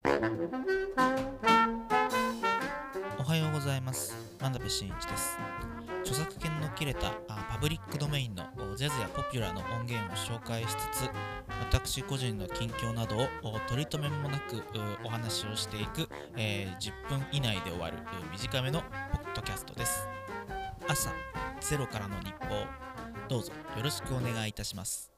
おはようございます。真鍋真一です。著作権の切れたパブリックドメインのジャズやポピュラーの音源を紹介しつつ、私個人の近況などを取り留めもなくお話をしていく、10分以内で終わる短めのポッドキャストです。朝ゼロからの日報、どうぞよろしくお願いいたします。